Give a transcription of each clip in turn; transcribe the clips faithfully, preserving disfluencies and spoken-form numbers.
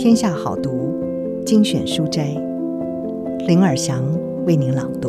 天下好读精选书斋，林尔祥为您朗读。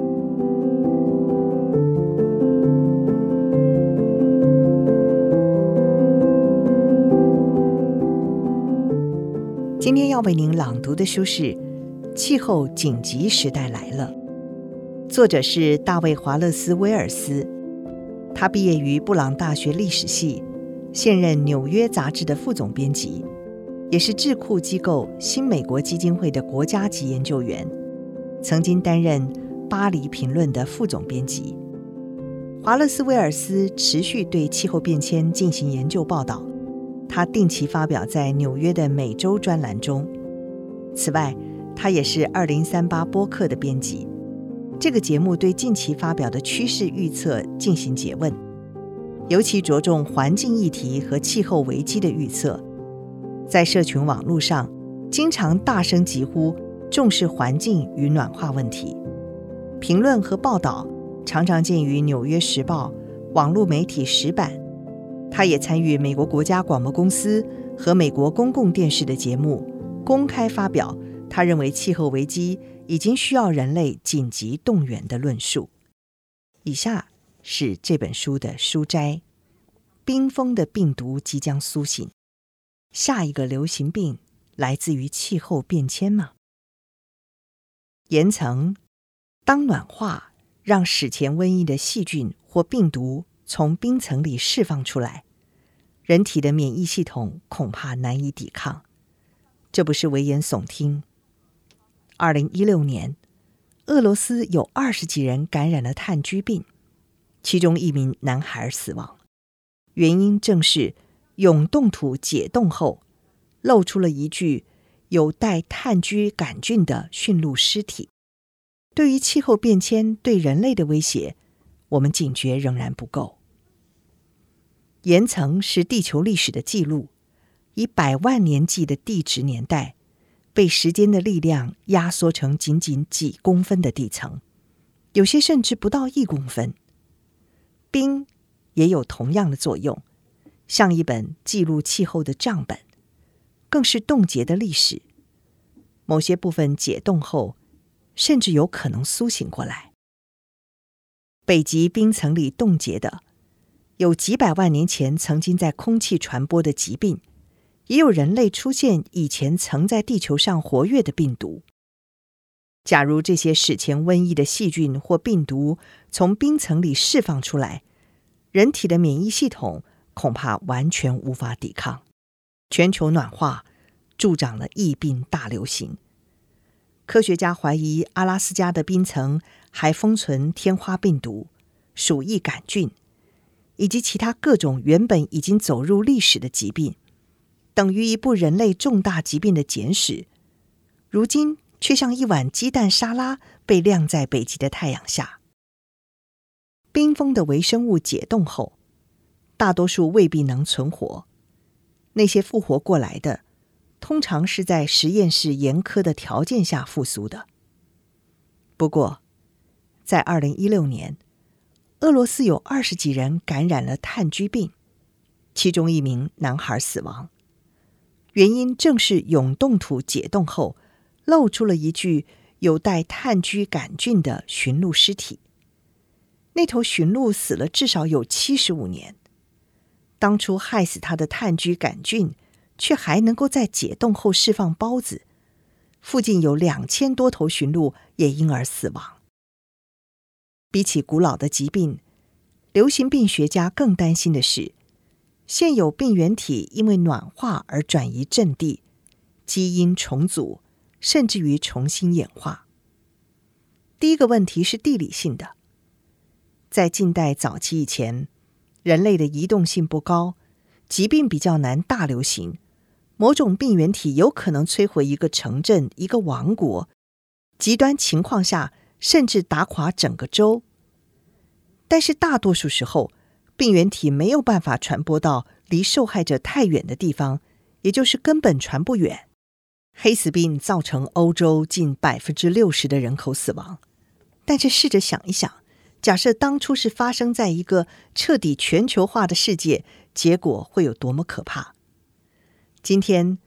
今天要为您朗读的书是《气候紧急时代来了》，作者是大卫·华勒斯·威尔斯。他毕业于布朗大学历史系，现任《纽约》杂志的副总编辑，也是智库机构新美国基金会的国家级研究员，曾经担任《巴黎评论》的副总编辑。华勒斯·威尔斯持续对气候变迁进行研究报道，他定期发表在纽约的每周专栏中。此外，他也是二零三八播客的编辑。这个节目对近期发表的趋势预测进行诘问，尤其着重环境议题和气候危机的预测。在社群网络上，经常大声疾呼重视环境与暖化问题。评论和报道常常见于《纽约时报》网络媒体十版。他也参与美国国家广播公司和美国公共电视的节目，公开发表他认为气候危机已经需要人类紧急动员的论述。以下是这本书的书摘：冰封的病毒即将苏醒，下一个流行病来自于气候变迁吗？岩层，当暖化让史前瘟疫的细菌或病毒从冰层里释放出来，人体的免疫系统恐怕难以抵抗。这不是危言耸听。二零一六年，俄罗斯有二十几人感染了炭疽病，其中一名男孩死亡，原因正是永冻土解冻后露出了一具有带炭疽杆菌的驯鹿尸体。对于气候变迁对人类的威胁，我们警觉仍然不够。岩层是地球历史的记录，以百万年计的地质年代，被时间的力量压缩成仅仅几公分的地层，有些甚至不到一公分。冰也有同样的作用，像一本记录气候的账本，更是冻结的历史。某些部分解冻后，甚至有可能苏醒过来。北极冰层里冻结的，有几百万年前曾经在空气传播的疾病，也有人类出现以前曾在地球上活跃的病毒。假如这些史前瘟疫的细菌或病毒从冰层里释放出来，人体的免疫系统恐怕完全无法抵抗。全球暖化助长了疫病大流行。科学家怀疑阿拉斯加的冰层还封存天花病毒、鼠疫杆菌以及其他各种原本已经走入历史的疾病，等于一部人类重大疾病的简史，如今却像一碗鸡蛋沙拉被晾在北极的太阳下。冰封的微生物解冻后，大多数未必能存活，那些复活过来的，通常是在实验室严苛的条件下复苏的。不过，在二零一六年，俄罗斯有二十几人感染了炭疽病，其中一名男孩死亡。原因正是永冻土解冻后，露出了一具有带炭疽杆菌的驯鹿尸体。那头驯鹿死了至少有七十五年，当初害死它的炭疽杆菌却还能够在解冻后释放孢子，附近有两千多头驯鹿也因而死亡。比起古老的疾病，流行病学家更担心的是，现有病原体因为暖化而转移阵地，基因重组，甚至于重新演化。第一个问题是地理性的。在近代早期以前，人类的移动性不高，疾病比较难大流行，某种病原体有可能摧毁一个城镇、一个王国，极端情况下甚至打垮整个州。但是大多数时候，病原体没有办法传播到离受害者太远的地方，也就是根本传不远。黑死病造成欧洲近百分之六十的人口死亡。但是试着想一想，假设当初是发生在一个彻底全球化的世界，结果会有多么可怕？今天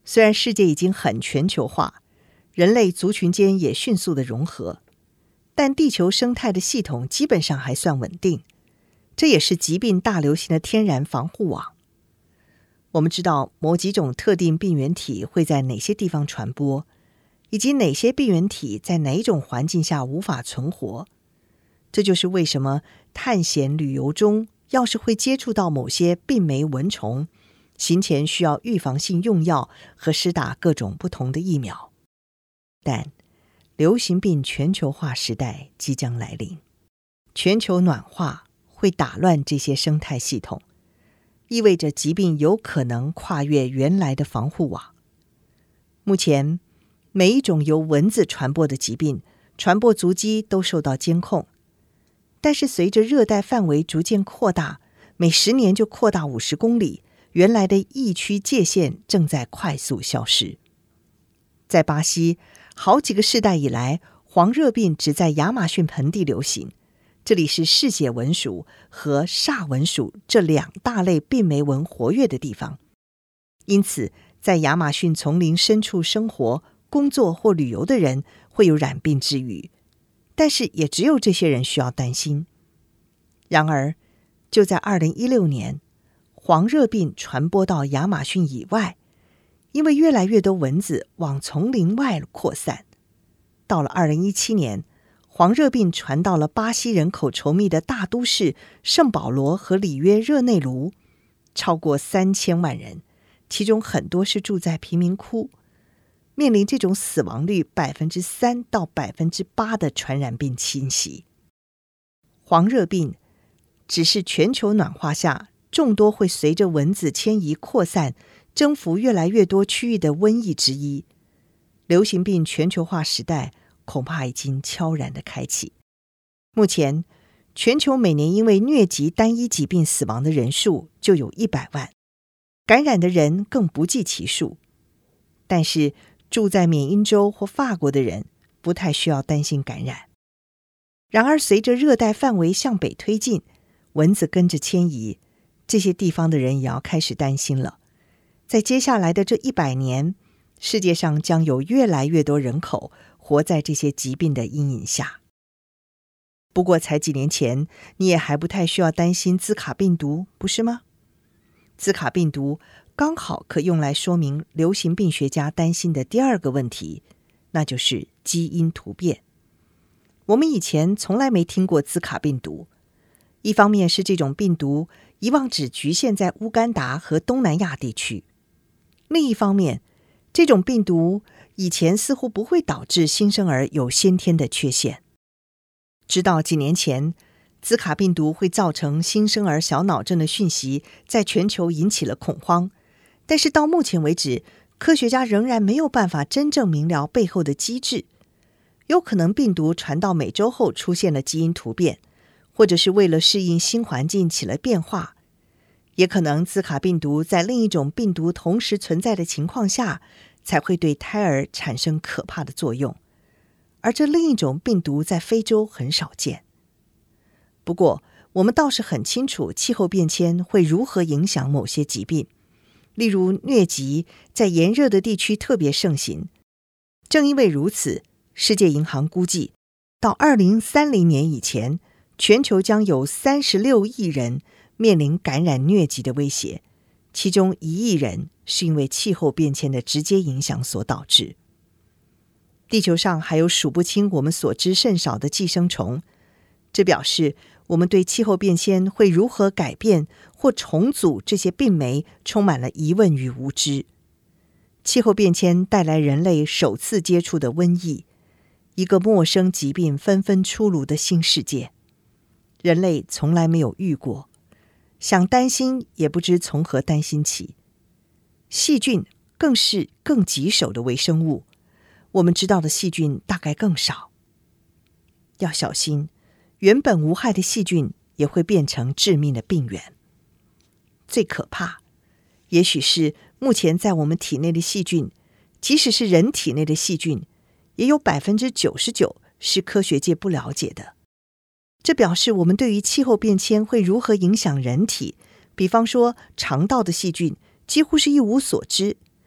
虽然世界已经很全球化，人类族群间也迅速的融合，但地球生态的系统基本上还算稳定，这也是疾病大流行的天然防护网。我们知道某几种特定病原体会在哪些地方传播，以及哪些病原体在哪一种环境下无法存活。这就是为什么探险旅游中要是会接触到某些病媒蚊虫，行前需要预防性用药和施打各种不同的疫苗。但流行病全球化时代即将来临，全球暖化会打乱这些生态系统，意味着疾病有可能跨越原来的防护网。目前，每一种由蚊子传播的疾病，传播足迹都受到监控。但是随着热带范围逐渐扩大，每十年就扩大五十公里，原来的疫区界限正在快速消失。在巴西，好几个世代以来，黄热病只在亚马逊盆地流行，这里是嗜血蚊属和煞蚊属这两大类病媒蚊活跃的地方。因此，在亚马逊丛林深处生活、工作或旅游的人会有染病之虞，但是也只有这些人需要担心。然而，就在二零一六年，黄热病传播到亚马逊以外，因为越来越多蚊子往丛林外扩散。到了二零一七年，黄热病传到了巴西人口稠密的大都市圣保罗和里约热内卢，超过三千万人，其中很多是住在贫民窟，面临这种死亡率百分之三到百分之八的传染病侵袭。黄热病只是全球暖化下众多会随着蚊子迁移扩散，征服越来越多区域的瘟疫之一。流行病全球化时代恐怕已经悄然的开启。目前，全球每年因为疟疾单一疾病死亡的人数就有一百万，感染的人更不计其数。但是，住在缅因州或法国的人不太需要担心感染。然而，随着热带范围向北推进，蚊子跟着迁移，这些地方的人也要开始担心了。在接下来的这一百年，世界上将有越来越多人口活在这些疾病的阴影下。不过才几年前，你也还不太需要担心兹卡病毒，不是吗？兹卡病毒刚好可用来说明流行病学家担心的第二个问题，那就是基因突变。我们以前从来没听过兹卡病毒，一方面是这种病毒以往只局限在乌干达和东南亚地区，另一方面，这种病毒以前似乎不会导致新生儿有先天的缺陷。直到几年前，兹卡病毒会造成新生儿小脑症的讯息在全球引起了恐慌，但是到目前为止，科学家仍然没有办法真正明了背后的机制。有可能病毒传到美洲后出现了基因突变，或者是为了适应新环境起了变化，也可能兹卡病毒在另一种病毒同时存在的情况下，才会对胎儿产生可怕的作用，而这另一种病毒在非洲很少见。不过，我们倒是很清楚气候变迁会如何影响某些疾病，例如疟疾在炎热的地区特别盛行。正因为如此，世界银行估计，到二零三零年以前，全球将有三十六亿人面临感染疟疾的威胁，其中一亿人是因为气候变迁的直接影响所导致。地球上还有数不清我们所知甚少的寄生虫，这表示我们对气候变迁会如何改变或重组这些病媒充满了疑问与无知。气候变迁带来人类首次接触的瘟疫，一个陌生疾病纷纷出炉的新世界，人类从来没有遇过，想担心也不知从何担心起。细菌更是更棘手的微生物，我们知道的细菌大概更少。要小心，原本无害的细菌也会变成致命的病源。最可怕，也许是目前在我们体内的细菌，即使是人体内的细菌，也有 百分之九十九 是科学界不了解的。这表示我们对于气候变迁会如何影响人体，比方说肠道的细菌，几乎是一无所知。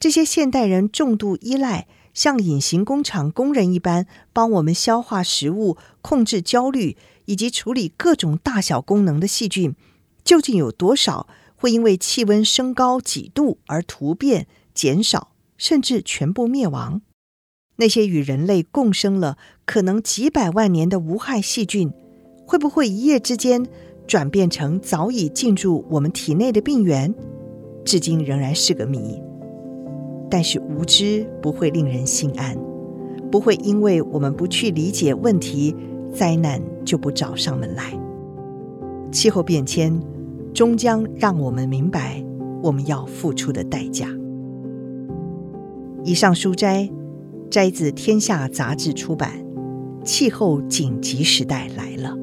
这些现代人重度依赖像隐形工厂工人一般帮我们消化食物、控制焦虑以及处理各种大小功能的细菌，究竟有多少会因为气温升高几度而突变、减少，甚至全部灭亡？那些与人类共生了可能几百万年的无害细菌，会不会一夜之间转变成早已进入我们体内的病源？至今仍然是个谜。但是无知不会令人心安，不会因为我们不去理解问题，灾难就不找上门来。气候变迁终将让我们明白我们要付出的代价。以上书摘摘自《天下》杂志出版《气候紧急时代来了》。